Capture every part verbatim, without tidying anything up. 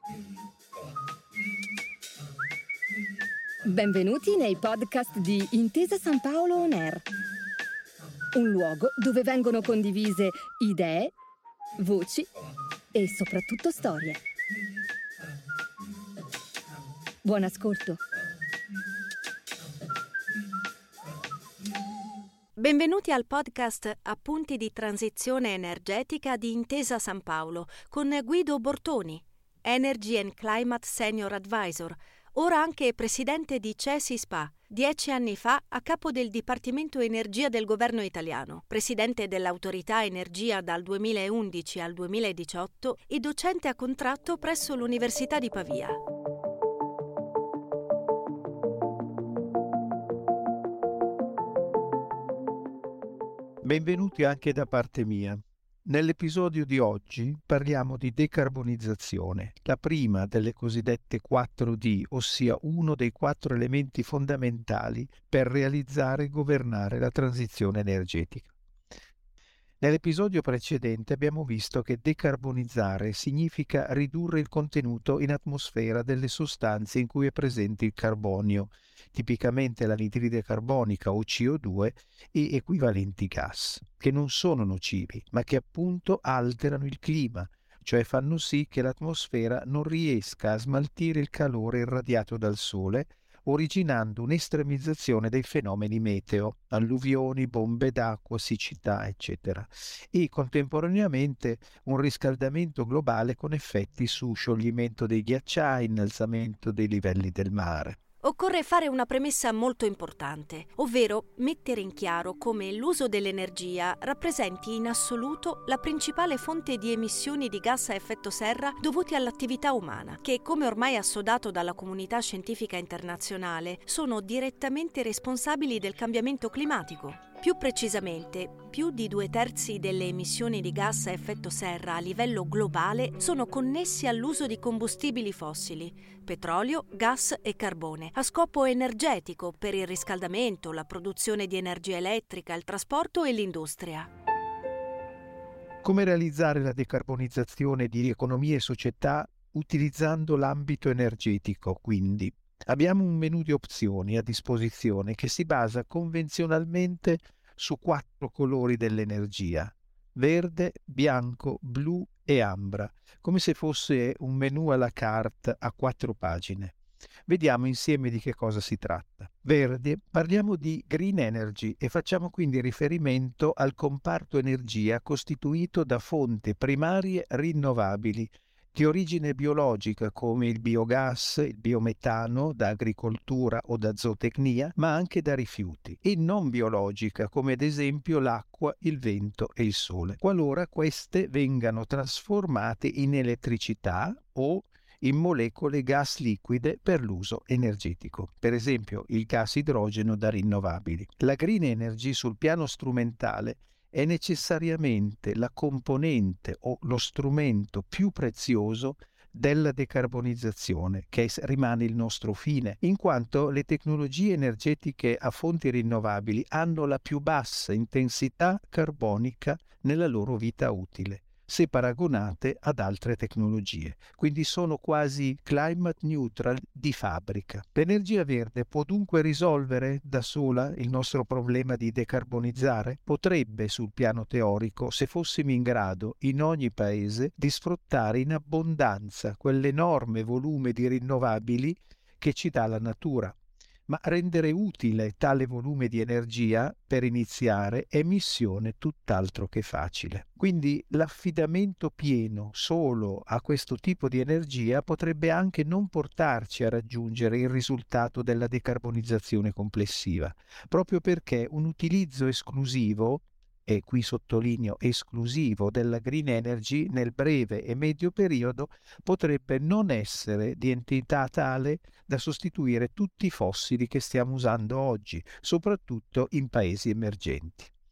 Benvenuti nei podcast di Intesa San Paolo On Air, un luogo dove vengono condivise idee, voci e soprattutto storie. Buon ascolto. Benvenuti al podcast Appunti di transizione energetica di Intesa San Paolo con Guido Bortoni, Energy and Climate Senior Advisor, ora anche presidente di CESI S P A, dieci anni fa a capo del Dipartimento Energia del Governo italiano, presidente dell'Autorità Energia dal duemilaundici al duemiladiciotto e docente a contratto presso l'Università di Pavia. Benvenuti anche da parte mia. Nell'episodio di oggi parliamo di decarbonizzazione, la prima delle cosiddette quattro D, ossia uno dei quattro elementi fondamentali per realizzare e governare la transizione energetica. Nell'episodio precedente abbiamo visto che decarbonizzare significa ridurre il contenuto in atmosfera delle sostanze in cui è presente il carbonio, tipicamente l'anidride carbonica o C O due e equivalenti gas, che non sono nocivi, ma che appunto alterano il clima, cioè fanno sì che l'atmosfera non riesca a smaltire il calore irradiato dal Sole, originando un'estremizzazione dei fenomeni meteo, alluvioni, bombe d'acqua, siccità, eccetera, e contemporaneamente un riscaldamento globale con effetti su scioglimento dei ghiacciai, innalzamento dei livelli del mare. Occorre fare una premessa molto importante, ovvero mettere in chiaro come l'uso dell'energia rappresenti in assoluto la principale fonte di emissioni di gas a effetto serra dovuti all'attività umana, che, come ormai assodato dalla comunità scientifica internazionale, sono direttamente responsabili del cambiamento climatico. Più precisamente, più di due terzi delle emissioni di gas a effetto serra a livello globale sono connessi all'uso di combustibili fossili, petrolio, gas e carbone, a scopo energetico per il riscaldamento, la produzione di energia elettrica, il trasporto e l'industria. Come realizzare la decarbonizzazione di economia e società utilizzando l'ambito energetico, quindi? Abbiamo un menu di opzioni a disposizione che si basa convenzionalmente su quattro colori dell'energia: verde, bianco, blu e ambra, come se fosse un menu à la carte a quattro pagine. Vediamo insieme di che cosa si tratta. Verde, parliamo di green energy e facciamo quindi riferimento al comparto energia costituito da fonti primarie rinnovabili, di origine biologica come il biogas, il biometano da agricoltura o da zootecnia, ma anche da rifiuti, e non biologica come ad esempio l'acqua, il vento e il sole, qualora queste vengano trasformate in elettricità o in molecole gas liquide per l'uso energetico, per esempio il gas idrogeno da rinnovabili. La green energy sul piano strumentale è necessariamente la componente o lo strumento più prezioso della decarbonizzazione, che rimane il nostro fine, in quanto le tecnologie energetiche a fonti rinnovabili hanno la più bassa intensità carbonica nella loro vita utile, se paragonate ad altre tecnologie, quindi sono quasi climate neutral di fabbrica. L'energia verde può dunque risolvere da sola il nostro problema di decarbonizzare? Potrebbe sul piano teorico, se fossimo in grado in ogni paese di sfruttare in abbondanza quell'enorme volume di rinnovabili che ci dà la natura. Ma rendere utile tale volume di energia per iniziare è missione tutt'altro che facile. Quindi l'affidamento pieno solo a questo tipo di energia potrebbe anche non portarci a raggiungere il risultato della decarbonizzazione complessiva, proprio perché un utilizzo esclusivo, e qui sottolineo esclusivo, della green energy nel breve e medio periodo potrebbe non essere di entità tale da sostituire tutti i fossili che stiamo usando oggi, soprattutto in paesi emergenti.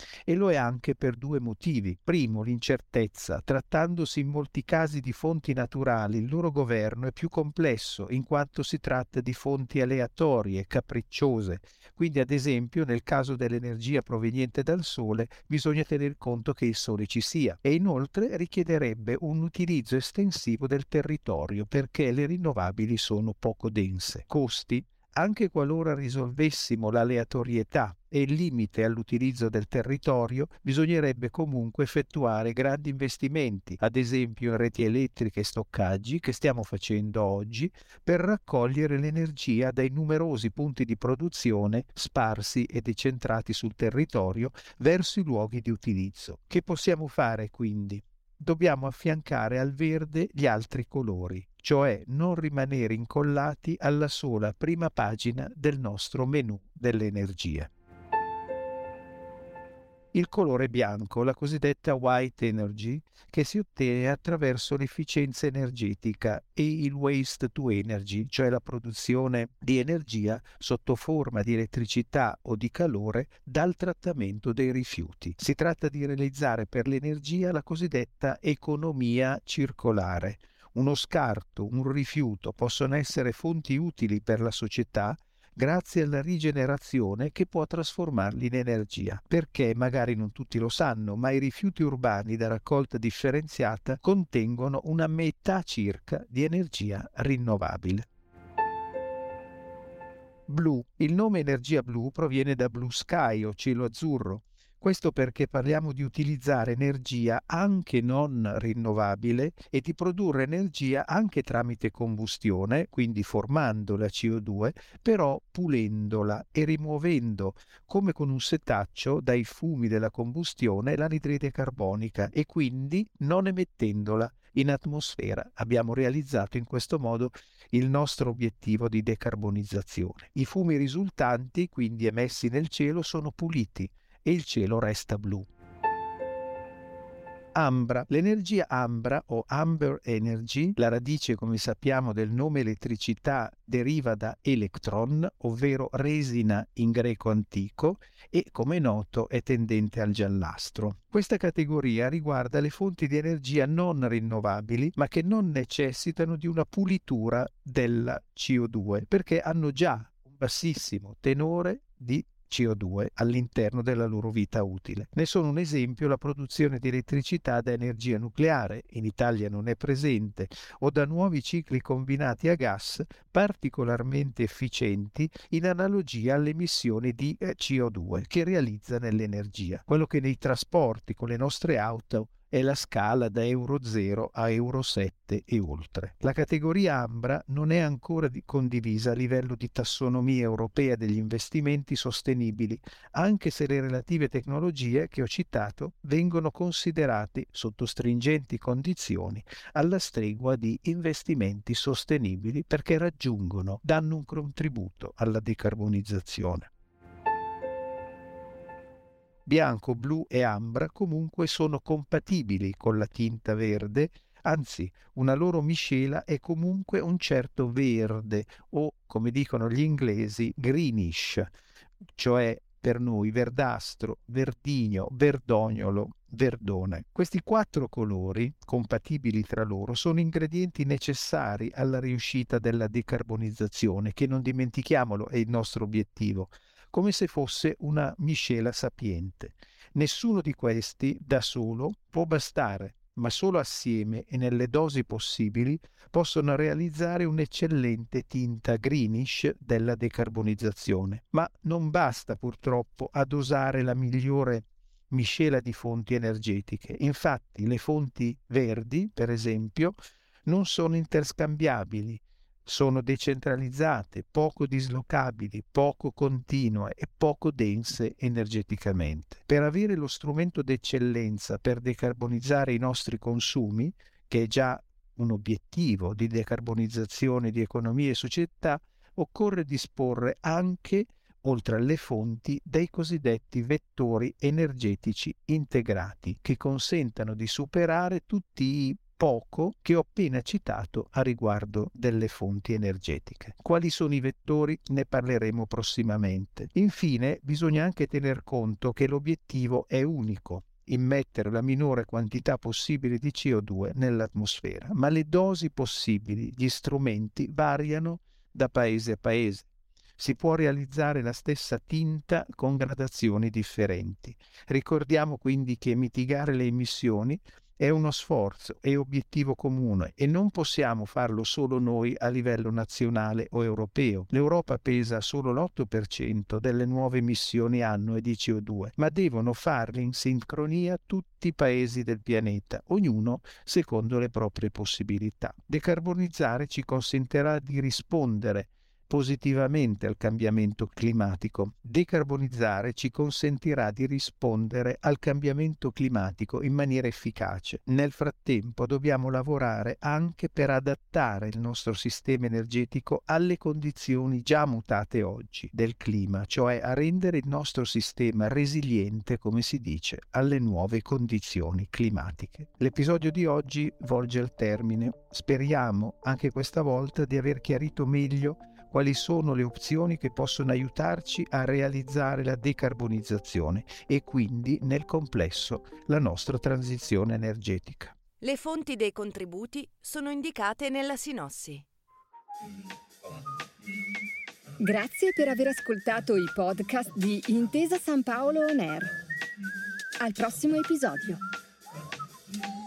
E lo è anche per due motivi. Primo, l'incertezza. Trattandosi in molti casi di fonti naturali, il loro governo è più complesso in quanto si tratta di fonti aleatorie, capricciose. Quindi, ad esempio, nel caso dell'energia proveniente dal Sole, bisogna tener conto che il Sole ci sia. E inoltre richiederebbe un utilizzo estensivo del territorio perché le rinnovabili sono poco dense. Costi. Anche qualora risolvessimo l'aleatorietà e il limite all'utilizzo del territorio, bisognerebbe comunque effettuare grandi investimenti, ad esempio in reti elettriche e stoccaggi, che stiamo facendo oggi, per raccogliere l'energia dai numerosi punti di produzione sparsi e decentrati sul territorio verso i luoghi di utilizzo. Che possiamo fare quindi? Dobbiamo affiancare al verde gli altri colori, cioè non rimanere incollati alla sola prima pagina del nostro menu dell'energia. Il colore bianco, la cosiddetta white energy, che si ottiene attraverso l'efficienza energetica, e il waste to energy, cioè la produzione di energia sotto forma di elettricità o di calore dal trattamento dei rifiuti. Si tratta di realizzare per l'energia la cosiddetta economia circolare. Uno scarto, un rifiuto possono essere fonti utili per la società grazie alla rigenerazione che può trasformarli in energia. Perché magari non tutti lo sanno, ma i rifiuti urbani da raccolta differenziata contengono una metà circa di energia rinnovabile. Blu. Il nome energia blu proviene da blue sky o cielo azzurro. Questo perché parliamo di utilizzare energia anche non rinnovabile e di produrre energia anche tramite combustione, quindi formando la C O due, però pulendola e rimuovendo, come con un setaccio, dai fumi della combustione l'anidride carbonica e quindi non emettendola in atmosfera. Abbiamo realizzato in questo modo il nostro obiettivo di decarbonizzazione. I fumi risultanti, quindi emessi nel cielo, sono puliti e il cielo resta blu. Ambra. L'energia ambra o amber energy, la radice come sappiamo del nome elettricità deriva da electron, ovvero resina in greco antico, e come noto è tendente al giallastro. Questa categoria riguarda le fonti di energia non rinnovabili ma che non necessitano di una pulitura della C O due perché hanno già un bassissimo tenore di C O due all'interno della loro vita utile. Ne sono un esempio la produzione di elettricità da energia nucleare, in Italia non è presente, o da nuovi cicli combinati a gas particolarmente efficienti in analogia alle emissioni di C O due che realizza nell'energia. Quello che nei trasporti con le nostre auto è la scala da Euro zero a Euro sette e oltre. La categoria Ambra non è ancora condivisa a livello di tassonomia europea degli investimenti sostenibili, anche se le relative tecnologie che ho citato vengono considerate sotto stringenti condizioni alla stregua di investimenti sostenibili perché raggiungono, danno un contributo alla decarbonizzazione. Bianco, blu e ambra comunque sono compatibili con la tinta verde, anzi una loro miscela è comunque un certo verde o, come dicono gli inglesi, greenish, cioè per noi verdastro, verdigno, verdognolo, verdone. Questi quattro colori, compatibili tra loro, sono ingredienti necessari alla riuscita della decarbonizzazione, che non dimentichiamolo è il nostro obiettivo, come se fosse una miscela sapiente. Nessuno di questi da solo può bastare, ma solo assieme e nelle dosi possibili possono realizzare un'eccellente tinta greenish della decarbonizzazione. Ma non basta purtroppo a dosare la migliore miscela di fonti energetiche. Infatti le fonti verdi, per esempio, non sono interscambiabili, sono decentralizzate, poco dislocabili, poco continue e poco dense energeticamente. Per avere lo strumento d'eccellenza per decarbonizzare i nostri consumi, che è già un obiettivo di decarbonizzazione di economia e società, occorre disporre anche, oltre alle fonti, dei cosiddetti vettori energetici integrati, che consentano di superare tutti i poco che ho appena citato a riguardo delle fonti energetiche. Quali sono i vettori? Ne parleremo prossimamente. Infine, bisogna anche tener conto che l'obiettivo è unico: immettere la minore quantità possibile di C O due nell'atmosfera, ma le dosi possibili, gli strumenti variano da paese a paese. Si può realizzare la stessa tinta con gradazioni differenti. Ricordiamo quindi che mitigare le emissioni è uno sforzo e obiettivo comune e non possiamo farlo solo noi a livello nazionale o europeo. L'Europa pesa solo l'otto per cento delle nuove emissioni annue di C O due, ma devono farle in sincronia tutti i paesi del pianeta, ognuno secondo le proprie possibilità. Decarbonizzare ci consentirà di rispondere positivamente al cambiamento climatico. Decarbonizzare ci consentirà di rispondere al cambiamento climatico in maniera efficace. Nel frattempo dobbiamo lavorare anche per adattare il nostro sistema energetico alle condizioni già mutate oggi del clima, cioè a rendere il nostro sistema resiliente, come si dice, alle nuove condizioni climatiche. L'episodio di oggi volge al termine. Speriamo anche questa volta di aver chiarito meglio quali sono le opzioni che possono aiutarci a realizzare la decarbonizzazione e quindi nel complesso la nostra transizione energetica. Le fonti dei contributi sono indicate nella sinossi. Grazie per aver ascoltato i podcast di Intesa San Paolo On Air. Al prossimo episodio.